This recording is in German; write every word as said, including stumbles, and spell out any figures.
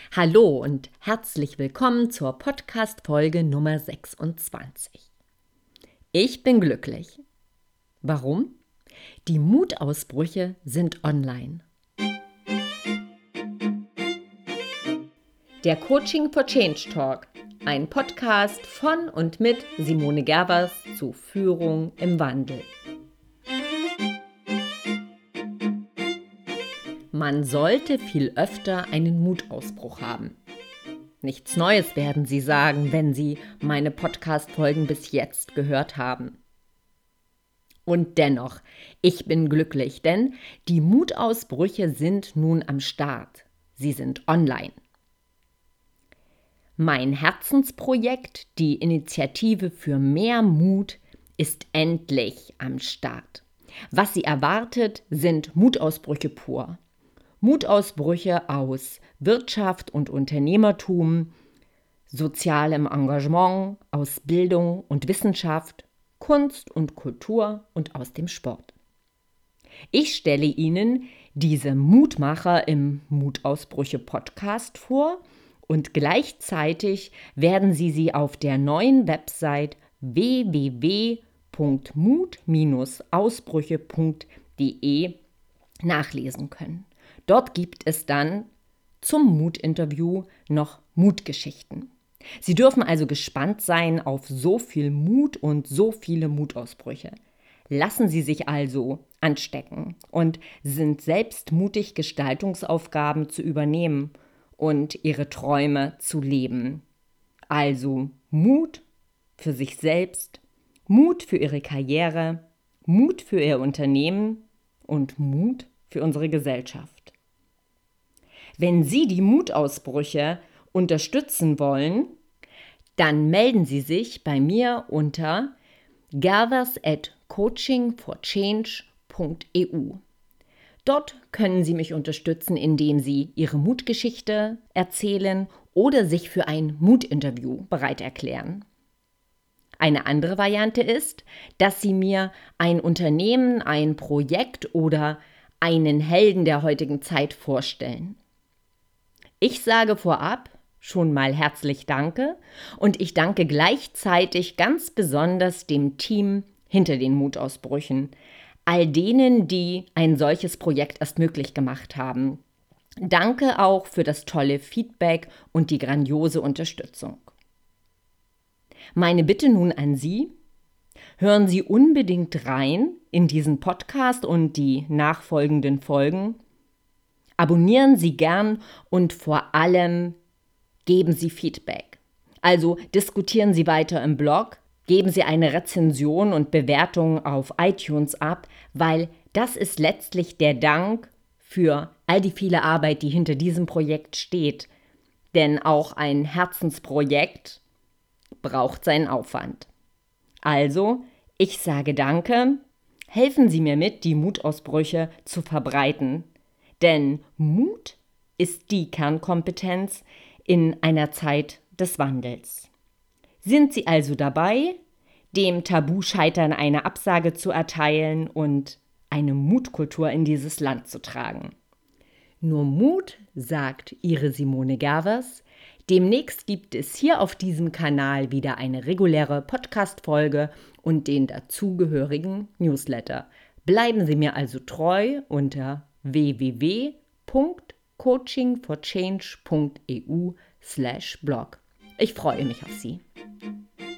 Hallo und herzlich willkommen zur Podcast-Folge Nummer sechsundzwanzig. Ich bin glücklich. Warum? Die Mutausbrüche sind online. Der Coaching for Change Talk, ein Podcast von und mit Simone Gervers zu Führung im Wandel. Man sollte viel öfter einen Mutausbruch haben. Nichts Neues werden Sie sagen, wenn Sie meine Podcast-Folgen bis jetzt gehört haben. Und dennoch, ich bin glücklich, denn die Mutausbrüche sind nun am Start. Sie sind online. Mein Herzensprojekt, die Initiative für mehr Mut, ist endlich am Start. Was Sie erwartet, sind Mutausbrüche pur. Mutausbrüche aus Wirtschaft und Unternehmertum, sozialem Engagement, aus Bildung und Wissenschaft, Kunst und Kultur und aus dem Sport. Ich stelle Ihnen diese Mutmacher im Mutausbrüche-Podcast vor und gleichzeitig werden Sie sie auf der neuen Website w w w punkt mut Ausbrüche punkt d e nachlesen können. Dort gibt es dann zum Mutinterview noch Mutgeschichten. Sie dürfen also gespannt sein auf so viel Mut und so viele Mutausbrüche. Lassen Sie sich also anstecken und sind selbst mutig, Gestaltungsaufgaben zu übernehmen und Ihre Träume zu leben. Also Mut für sich selbst, Mut für Ihre Karriere, Mut für Ihr Unternehmen und Mut für unsere Gesellschaft. Wenn Sie die Mutausbrüche unterstützen wollen, dann melden Sie sich bei mir unter gervers at coaching for change punkt e u. Dort können Sie mich unterstützen, indem Sie Ihre Mutgeschichte erzählen oder sich für ein Mutinterview bereit erklären. Eine andere Variante ist, dass Sie mir ein Unternehmen, ein Projekt oder einen Helden der heutigen Zeit vorstellen. Ich sage vorab schon mal herzlich Danke und ich danke gleichzeitig ganz besonders dem Team hinter den Mutausbrüchen, all denen, die ein solches Projekt erst möglich gemacht haben. Danke auch für das tolle Feedback und die grandiose Unterstützung. Meine Bitte nun an Sie: Hören Sie unbedingt rein in diesen Podcast und die nachfolgenden Folgen. Abonnieren Sie gern und vor allem geben Sie Feedback. Also diskutieren Sie weiter im Blog, geben Sie eine Rezension und Bewertung auf iTunes ab, weil das ist letztlich der Dank für all die viele Arbeit, die hinter diesem Projekt steht. Denn auch ein Herzensprojekt braucht seinen Aufwand. Also, ich sage Danke, helfen Sie mir mit, die Mutausbrüche zu verbreiten. Denn Mut ist die Kernkompetenz in einer Zeit des Wandels. Sind Sie also dabei, dem Tabuscheitern eine Absage zu erteilen und eine Mutkultur in dieses Land zu tragen? Nur Mut, sagt Ihre Simone Gervers. Demnächst gibt es hier auf diesem Kanal wieder eine reguläre Podcast-Folge und den dazugehörigen Newsletter. Bleiben Sie mir also treu unter w w w punkt coaching for change punkt e u slash blog. Ich freue mich auf Sie.